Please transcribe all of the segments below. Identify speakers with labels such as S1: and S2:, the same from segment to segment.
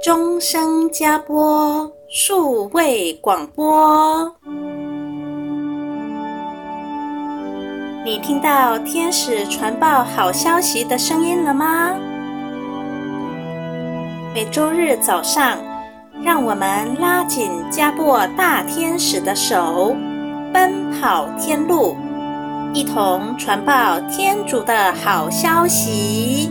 S1: 钟声加播数位广播。你听到天使传报好消息的声音了吗？每周日早上，让我们拉紧加播大天使的手，奔跑天路，一同传报天主的好消息。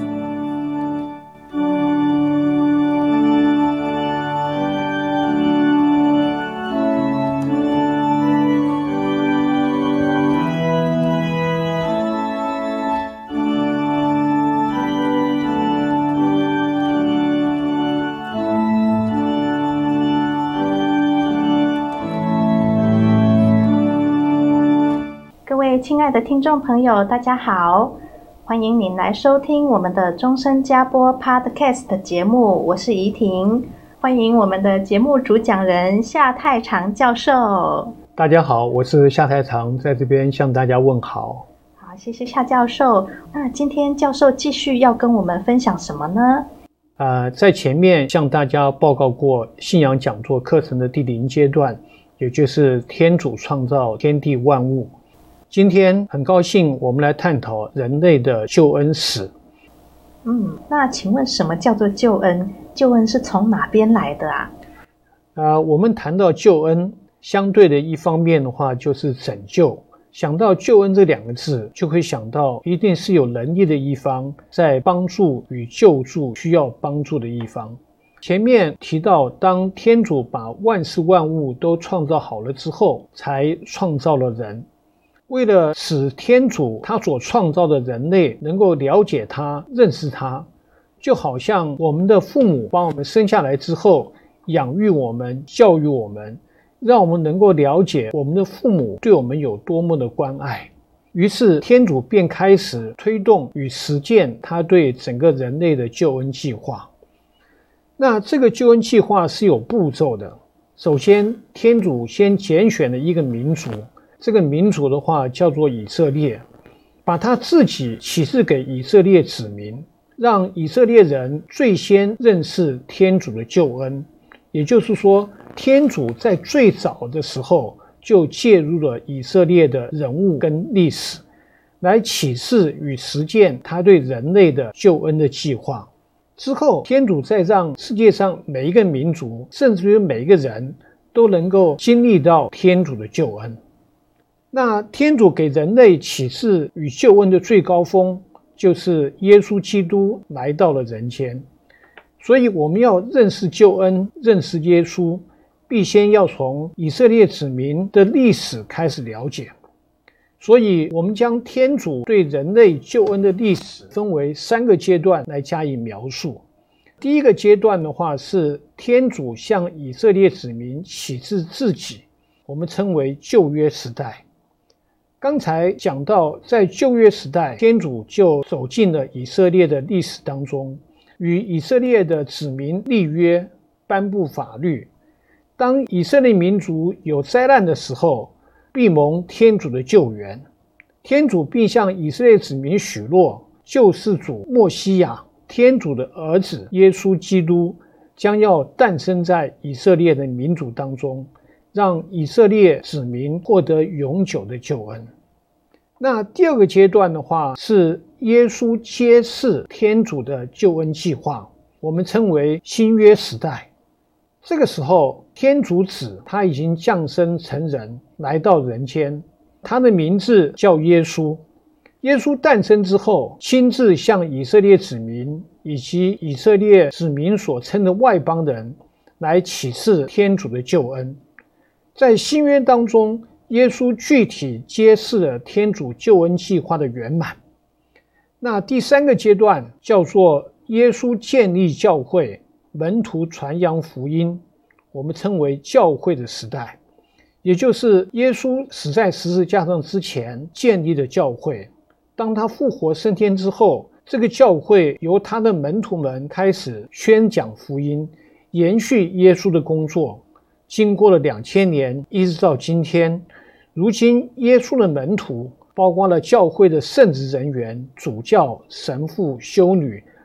S2: 各位亲爱的听众朋友，大家好，欢迎您来收听我们的钟声加播 Podcast 节目，我是怡婷，欢迎我们的节目主讲人夏太长教授。
S3: 大家好，我是夏太长，在这边向大家问好。
S2: 好，谢谢夏教授。那今天教授继续要跟我们分享什么呢？
S3: 在前面向大家报告过信仰讲座课程的第0阶段，也就是天主创造天地万物。今天很高兴我们来探讨人类的救恩史。
S2: 那请问什么叫做救恩？救恩是从哪边来的啊？
S3: 我们谈到救恩，相对的一方面的话就是拯救。想到救恩这2个字，就会想到一定是有能力的一方在帮助与救助需要帮助的一方。前面提到，当天主把万事万物都创造好了之后，才创造了人。为了使天主他所创造的人类能够了解他、认识他，就好像我们的父母把我们生下来之后，养育我们、教育我们，让我们能够了解我们的父母对我们有多么的关爱。于是天主便开始推动与实践他对整个人类的救恩计划。那这个救恩计划是有步骤的。首先，天主先拣选了一个民族，这个民族的话叫做以色列，把他自己启示给以色列子民，让以色列人最先认识天主的救恩。也就是说，天主在最早的时候就介入了以色列的人物跟历史，来启示与实践他对人类的救恩的计划。之后，天主再让世界上每一个民族，甚至于每一个人都能够经历到天主的救恩。那天主给人类启示与救恩的最高峰，就是耶稣基督来到了人间。所以我们要认识救恩、认识耶稣，必先要从以色列子民的历史开始了解。所以我们将天主对人类救恩的历史分为3个阶段来加以描述。第一个阶段的话，是天主向以色列子民启示自己，我们称为旧约时代。刚才讲到，在旧约时代，天主就走进了以色列的历史当中，与以色列的子民立约，颁布法律。当以色列民族有灾难的时候，必蒙天主的救援。天主并向以色列子民许诺，救世主默西亚，天主的儿子耶稣基督，将要诞生在以色列的民族当中，让以色列子民获得永久的救恩。那第2个阶段的话，是耶稣揭示天主的救恩计划，我们称为新约时代。这个时候，天主子他已经降生成人，来到人间，他的名字叫耶稣。耶稣诞生之后，亲自向以色列子民以及以色列子民所称的外邦人来启示天主的救恩。在新约当中，耶稣具体揭示了天主救恩计划的圆满。那第3个阶段叫做耶稣建立教会，门徒传扬福音，我们称为教会的时代。也就是耶稣死在十字架上之前建立的教会，当他复活升天之后，这个教会由他的门徒们开始宣讲福音，延续耶稣的工作。经过了2000年，一直到今天，如今耶稣的门徒，包括了教会的圣职人员、主教、神父、修女，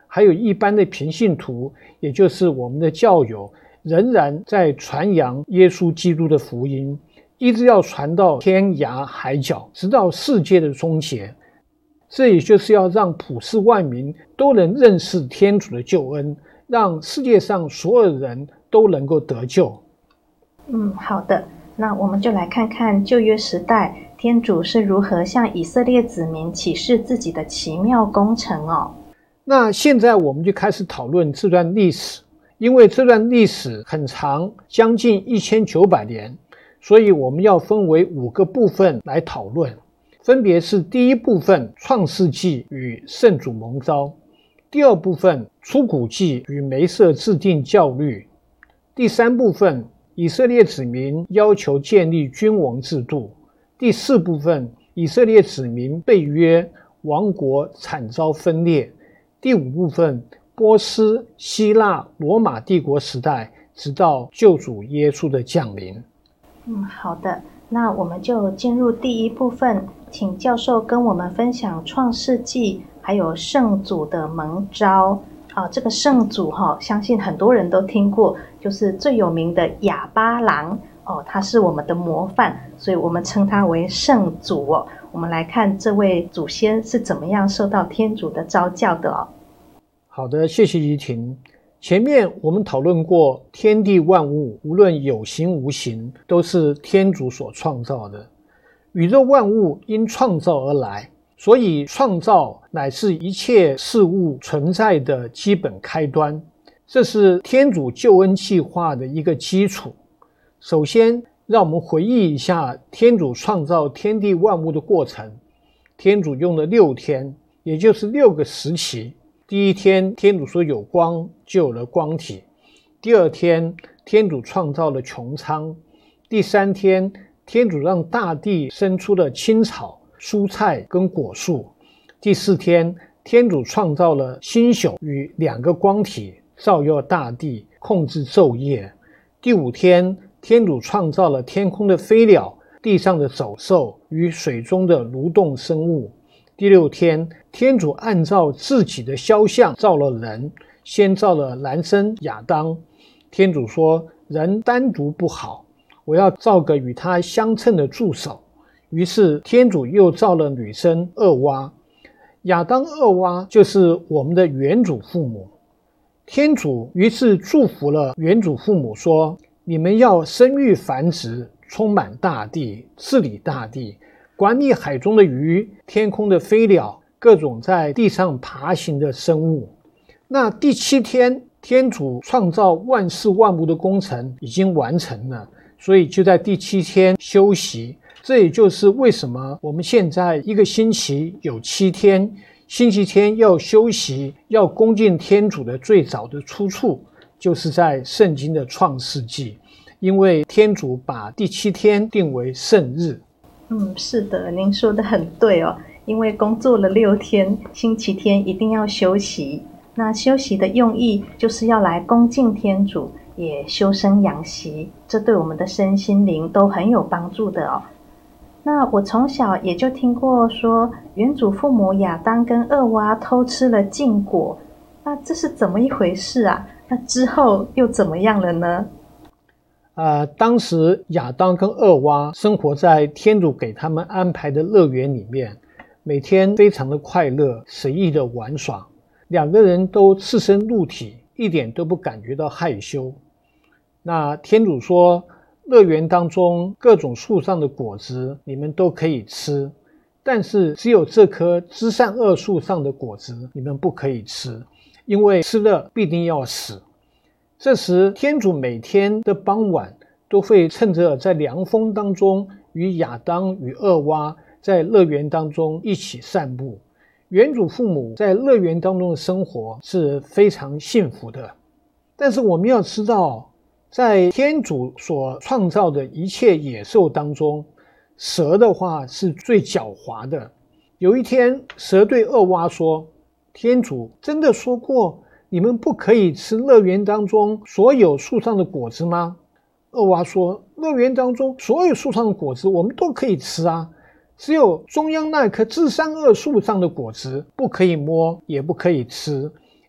S3: 还有一般的平信徒，也就是我们的教友，仍然在传扬耶稣基督的福音，一直要传到天涯海角，直到世界的终结。这也就是要让普世万民都能认识天主的救恩，让世界上所有人都能够得救。
S2: 好的，那我们就来看看旧约时代天主是如何向以色列子民启示自己的奇妙工程哦。
S3: 那现在我们就开始讨论这段历史，因为这段历史很长，将近1900年，所以我们要分为5个部分来讨论，分别是第一部分创世纪与圣主蒙召，第二部分出谷记与梅瑟制定教律，第三部分以色列子民要求建立君王制度，第四部分以色列子民被约，王国惨遭分裂，第五部分波斯、希腊、罗马帝国时代，直到救主耶稣的降临。
S2: 好的，那我们就进入第一部分，请教授跟我们分享创世纪还有圣祖的蒙召。这个圣祖相信很多人都听过，就是最有名的亚巴郎他是我们的模范，所以我们称他为圣祖我们来看这位祖先是怎么样受到天主的召教的
S3: 好的，谢谢怡婷。前面我们讨论过，天地万物无论有形无形，都是天主所创造的。宇宙万物因创造而来，所以创造乃是一切事物存在的基本开端，这是天主救恩计划的一个基础。首先，让我们回忆一下天主创造天地万物的过程。天主用了6天，也就是6个时期。第一天，天主说有光，就有了光体。第二天，天主创造了穹苍。第三天，天主让大地生出了青草、蔬菜跟果树。第四天，天主创造了星宿与2个光体，照耀大地，控制昼夜。第五天，天主创造了天空的飞鸟、地上的走兽与水中的蠕动生物。第6天，天主按照自己的肖像造了人，先造了男生亚当。天主说，人单独不好，我要造个与他相称的助手。于是天主又造了女生厄娃。亚当、厄娃就是我们的原祖父母。天主于是祝福了原祖父母说，你们要生育繁殖，充满大地，治理大地，管理海中的鱼，天空的飞鸟，各种在地上爬行的生物。那第7天，天主创造万事万物的工程已经完成了，所以就在第7天休息。这也就是为什么我们现在一个星期有7天，星期天要休息，要恭敬天主的最早的出处，就是在圣经的创世纪，因为天主把第7天定为圣日。
S2: 是的，您说的很对因为工作了6天，星期天一定要休息。那休息的用意就是要来恭敬天主，也修身养息，这对我们的身心灵都很有帮助的那我从小也就听过说，原祖父母亚当跟厄娃偷吃了禁果，那这是怎么一回事啊？那之后又怎么样了呢？
S3: 当时亚当跟厄娃生活在天主给他们安排的乐园里面，每天非常的快乐，随意的玩耍，2个人都赤身露体，一点都不感觉到害羞。那天主说，乐园当中各种树上的果子你们都可以吃，但是只有这棵知善恶树上的果子你们不可以吃，因为吃了必定要死。这时天主每天的傍晚都会趁着在凉风当中与亚当与厄娃在乐园当中一起散步。原祖父母在乐园当中的生活是非常幸福的。但是我们要知道，在天主所创造的一切野兽当中，蛇的话是最狡猾的。有一天，蛇对厄娃说，天主真的说过你们不可以吃乐园当中所有树上的果子吗？厄娃说，乐园当中所有树上的果子我们都可以吃啊，只有中央那棵知善恶树上的果子不可以摸，也不可以吃，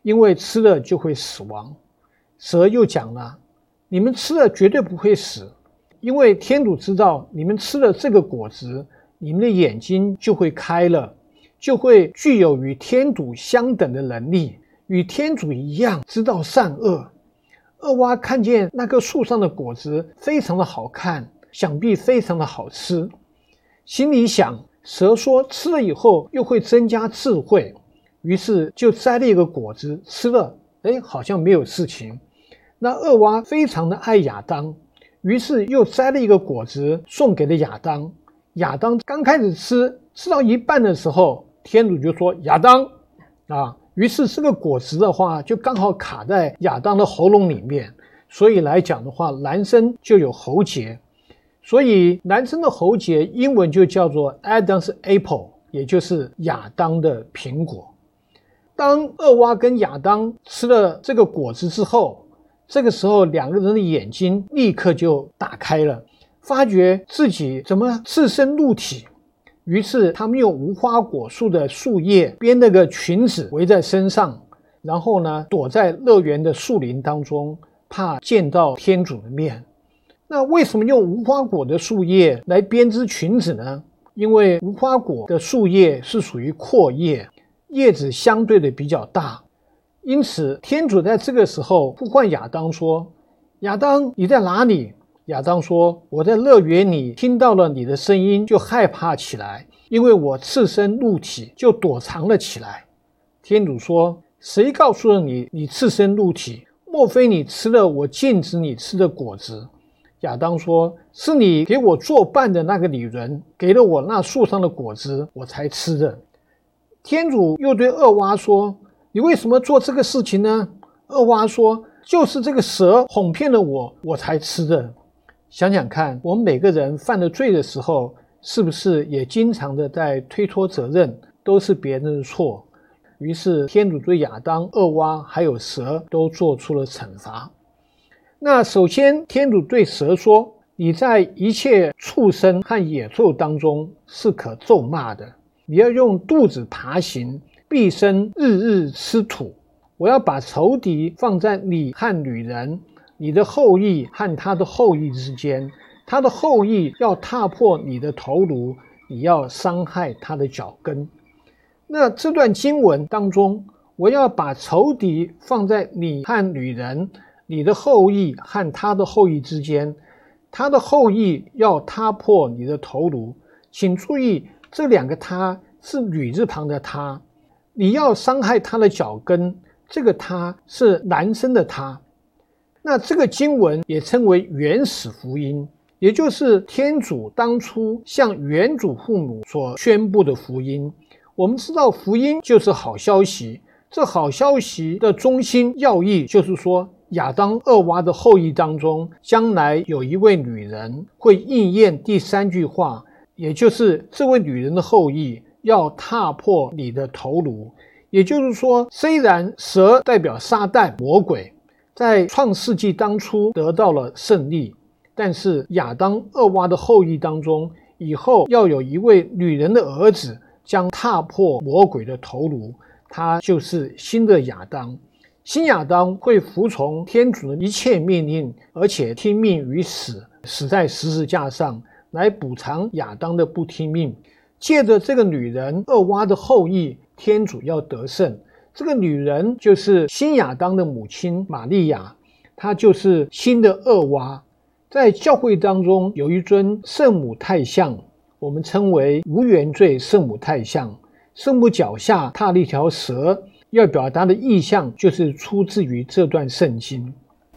S3: 因为吃了就会死亡。蛇又讲了，你们吃了绝对不会死，因为天主知道你们吃了这个果子，你们的眼睛就会开了，就会具有与天主相等的能力，与天主一样知道善恶。恶蛙看见那棵树上的果子非常的好看，想必非常的好吃，心里想，蛇说吃了以后又会增加智慧，于是就摘了一个果子吃了，好像没有事情。那恶蛙非常的爱亚当，于是又摘了一个果子送给了亚当。亚当刚开始吃到一半的时候，天主就说亚当于是这个果子的话就刚好卡在亚当的喉咙里面，所以来讲的话，男生就有喉结，所以男生的喉结英文就叫做 Adam's Apple， 也就是亚当的苹果。当恶蛙跟亚当吃了这个果子之后，这个时候两个人的眼睛立刻就打开了，发觉自己怎么赤身露体，于是他们用无花果树的树叶编了个裙子围在身上，然后呢躲在乐园的树林当中，怕见到天主的面。那为什么用无花果的树叶来编织裙子呢？因为无花果的树叶是属于阔叶，叶子相对的比较大，因此天主在这个时候呼唤亚当说，亚当你在哪里？亚当说，我在乐园里听到了你的声音就害怕起来，因为我赤身露体就躲藏了起来。天主说，谁告诉了你你赤身露体？莫非你吃了我禁止你吃的果子？亚当说，是你给我作伴的那个女人给了我那树上的果子，我才吃的。天主又对恶蛙说，你为什么做这个事情呢？恶蛙说，就是这个蛇哄骗了我，我才吃的。想想看，我们每个人犯了罪的时候，是不是也经常的在推脱责任，都是别人的错？于是天主对亚当、恶蛙还有蛇都做出了惩罚。那首先天主对蛇说，你在一切畜生和野兽当中是可咒骂的，你要用肚子爬行，毕生日日吃土，我要把仇敌放在你和女人，你的后裔和他的后裔之间，他的后裔要踏破你的头颅，你要伤害他的脚跟。那这段经文当中，我要把仇敌放在你和女人，你的后裔和他的后裔之间，他的后裔要踏破你的头颅。请注意，这两个他是女字旁的他，你要伤害他的脚跟，这个他是男生的他。那这个经文也称为原始福音，也就是天主当初向原主父母所宣布的福音。我们知道福音就是好消息，这好消息的中心要义就是说，亚当、恶蛙的后裔当中，将来有一位女人会应验第三句话，也就是这位女人的后裔要踏破你的头颅。也就是说，虽然蛇代表撒旦魔鬼，在创世纪当初得到了胜利，但是亚当、恶蛙的后裔当中，以后要有一位女人的儿子将踏破魔鬼的头颅，他就是新的亚当。新亚当会服从天主的一切命令，而且听命于死，死在十字架上，来补偿亚当的不听命。借着这个女人恶蛙的后裔，天主要得胜。这个女人就是新亚当的母亲玛利亚，她就是新的恶蛙。在教会当中有一尊圣母太像，我们称为无原罪圣母太像。圣母脚下踏了一条蛇，要表达的意象就是出自于这段圣经。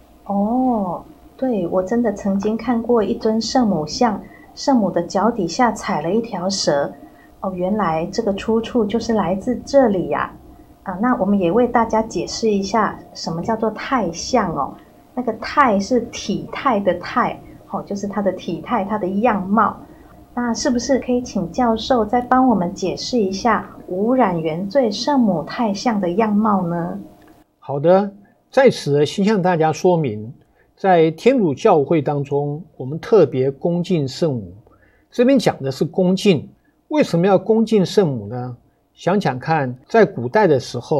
S2: 对，我真的曾经看过一尊圣母像，圣母的脚底下踩了一条蛇。原来这个出处就是来自这里呀。那我们也为大家解释一下什么叫做态象哦。那个态是体态的态，就是它的体态，它的样貌。那是不是可以请教授再帮我们解释一下无染原罪圣母态象的样貌呢？
S3: 好的，在此先向大家说明，在天主教会当中，我们特别恭敬圣母。这边讲的是恭敬，为什么要恭敬圣母呢？想想看，在古代的时候，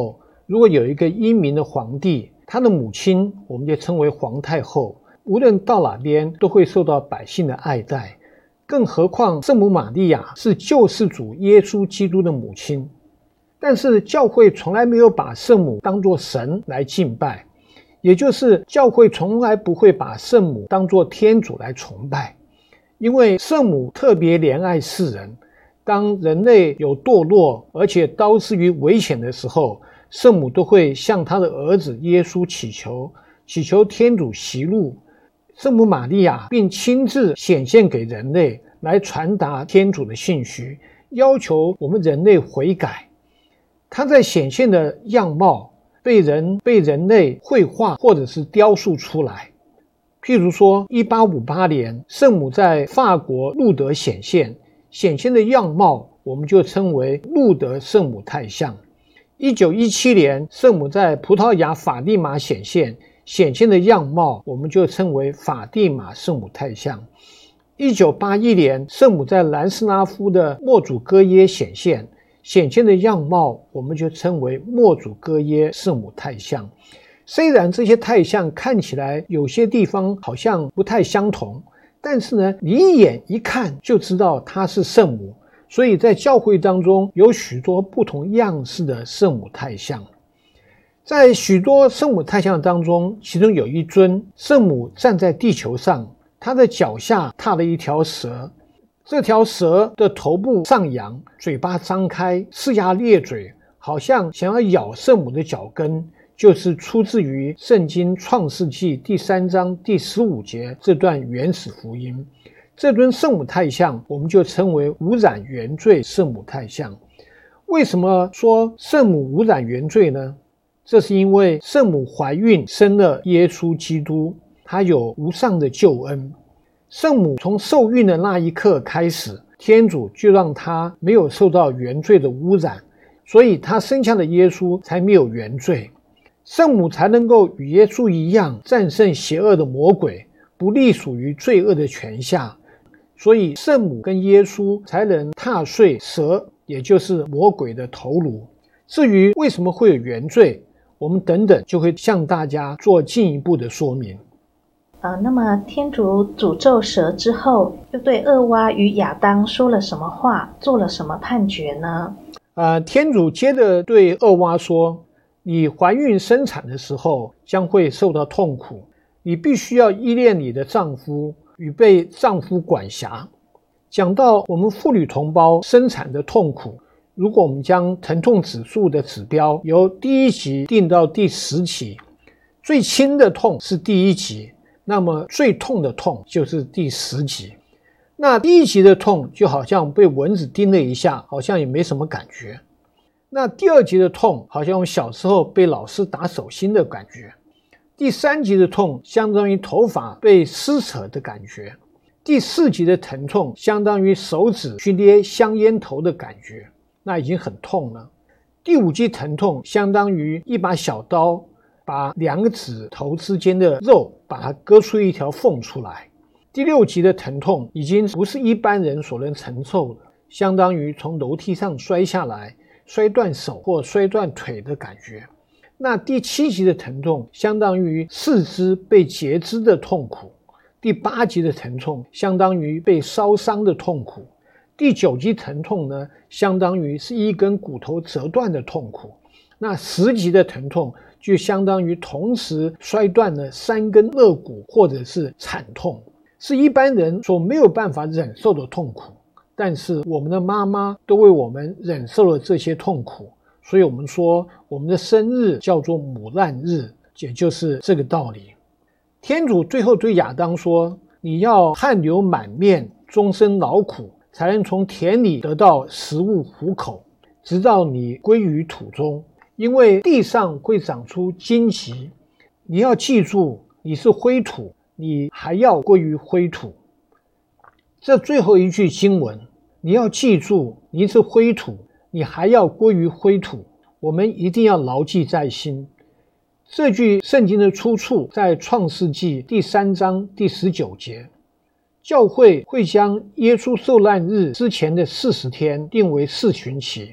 S3: 如果有一个英明的皇帝，他的母亲我们就称为皇太后，无论到哪边都会受到百姓的爱戴，更何况圣母玛利亚是救世主耶稣基督的母亲。但是教会从来没有把圣母当作神来敬拜，也就是教会从来不会把圣母当作天主来崇拜，因为圣母特别怜爱世人，当人类有堕落而且刀之于危险的时候，圣母都会向他的儿子耶稣祈求天主息怒，圣母玛利亚并亲自显现给人类，来传达天主的信息，要求我们人类悔改。他在显现的样貌被人类绘画或者是雕塑出来。譬如说1858年圣母在法国路德显现的样貌我们就称为路德圣母太像。1917年圣母在葡萄牙法蒂玛显现的样貌我们就称为法蒂玛圣母太像。1981年圣母在南斯拉夫的默祖戈耶显现的样貌我们就称为默祖戈耶圣母太像。虽然这些太像看起来有些地方好像不太相同，但是呢，你一眼一看就知道它是圣母，所以在教会当中有许多不同样式的圣母太像。在许多圣母太像当中，其中有一尊圣母站在地球上，她的脚下踏了一条蛇，这条蛇的头部上扬，嘴巴张开，呲牙咧嘴，好像想要咬圣母的脚跟，就是出自于圣经创世纪第3章第15节这段原始福音。这尊圣母太像我们就称为无染原罪圣母太像。为什么说圣母无染原罪呢？这是因为圣母怀孕生了耶稣基督，他有无上的救恩。圣母从受孕的那一刻开始，天主就让她没有受到原罪的污染，所以她生下的耶稣才没有原罪。圣母才能够与耶稣一样战胜邪恶的魔鬼，不隶属于罪恶的权下，所以圣母跟耶稣才能踏碎蛇，也就是魔鬼的头颅。至于为什么会有原罪，我们等等就会向大家做进一步的说明。
S2: 那么天主诅咒蛇之后，又对厄娃与亚当说了什么话，做了什么判决呢？
S3: 天主接着对厄娃说，你怀孕生产的时候将会受到痛苦，你必须要依恋你的丈夫与被丈夫管辖。讲到我们妇女同胞生产的痛苦，如果我们将疼痛指数的指标由第1级定到第10级，最轻的痛是第1级，那么最痛的痛就是第10级。那第1级的痛就好像被蚊子叮了一下，好像也没什么感觉。那第2级的痛好像我们小时候被老师打手心的感觉。第3级的痛相当于头发被撕扯的感觉。第4级的疼痛相当于手指去捏香烟头的感觉，那已经很痛了。第5级疼痛相当于一把小刀把2个指头之间的肉把它割出一条缝出来。第6级的疼痛已经不是一般人所能承受的，相当于从楼梯上摔下来，摔断手或摔断腿的感觉。那第7级的疼痛相当于四肢被截肢的痛苦。第8级的疼痛相当于被烧伤的痛苦。第9级疼痛呢，相当于是一根骨头折断的痛苦。那10级的疼痛就相当于同时摔断了3根肋骨，或者是惨痛，是一般人所没有办法忍受的痛苦。但是我们的妈妈都为我们忍受了这些痛苦，所以我们说我们的生日叫做母难日，也就是这个道理。天主最后对亚当说，你要汗流满面，终身劳苦，才能从田里得到食物糊口，直到你归于土中，因为地上会长出荆棘。你要记住，你是灰土，你还要归于灰土。这最后一句经文，你要记住，你是灰土，你还要归于灰土，我们一定要牢记在心。这句圣经的出处在创世纪第3章第19节。教会会将耶稣受难日之前的40天定为4旬期，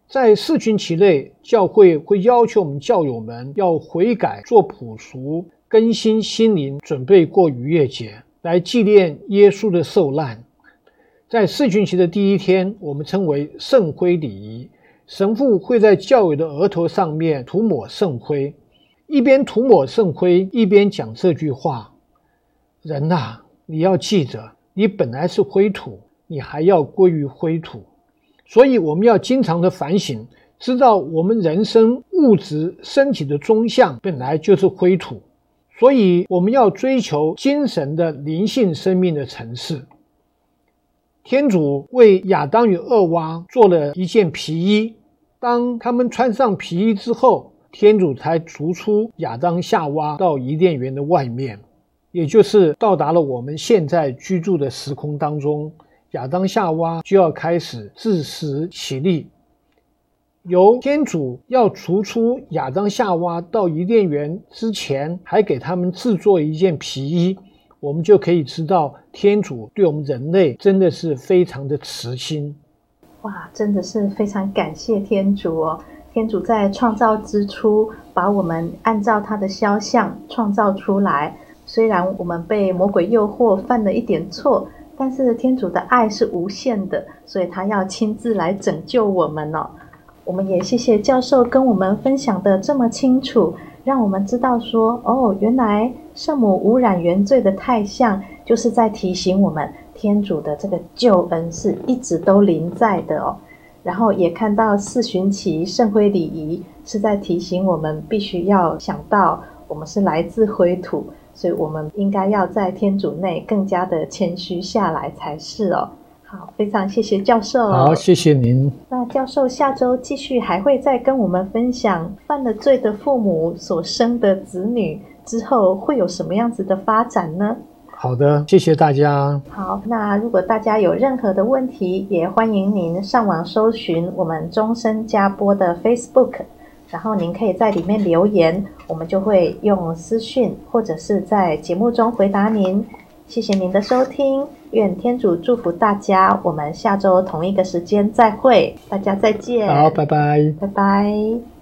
S3: 在四旬期内，教会会要求我们教友们要悔改，做朴赎，更新心灵，准备过逾越节，来纪念耶稣的受难。在四旬期的第一天，我们称为圣灰礼仪，神父会在教友的额头上面涂抹圣灰，一边涂抹圣灰，一边讲这句话：人啊，你要记着，你本来是灰土，你还要归于灰土。所以我们要经常的反省，知道我们人生物质身体的终向本来就是灰土，所以我们要追求精神的灵性生命的层次。天主为亚当与厄娃做了一件皮衣，当他们穿上皮衣之后，天主才逐出亚当夏娃到伊甸园的外面，也就是到达了我们现在居住的时空当中。亚当夏娃就要开始自食其力。由天主要除出亚当夏娃到伊甸园之前，还给他们制作一件皮衣，我们就可以知道天主对我们人类真的是非常的慈心。
S2: 哇，真的是非常感谢天主哦！天主在创造之初把我们按照他的肖像创造出来，虽然我们被魔鬼诱惑犯了一点错，但是天主的爱是无限的，所以他要亲自来拯救我们哦。我们也谢谢教授跟我们分享的这么清楚，让我们知道说，原来圣母无染原罪的太像就是在提醒我们天主的这个救恩是一直都临在的哦。然后也看到四旬期圣灰礼仪是在提醒我们必须要想到我们是来自灰土，所以我们应该要在天主内更加的谦虚下来才是哦。好，非常谢谢教授。
S3: 好，谢谢您。
S2: 那教授下周继续还会再跟我们分享犯了罪的父母所生的子女之后会有什么样子的发展呢？
S3: 好的，谢谢大家。
S2: 好，那如果大家有任何的问题，也欢迎您上网搜寻我们终身加播的 Facebook， 然后您可以在里面留言，我们就会用私讯或者是在节目中回答您。谢谢您的收听，愿天主祝福大家，我们下周同一个时间再会，大家再见。
S3: 好，拜拜。
S2: 拜拜。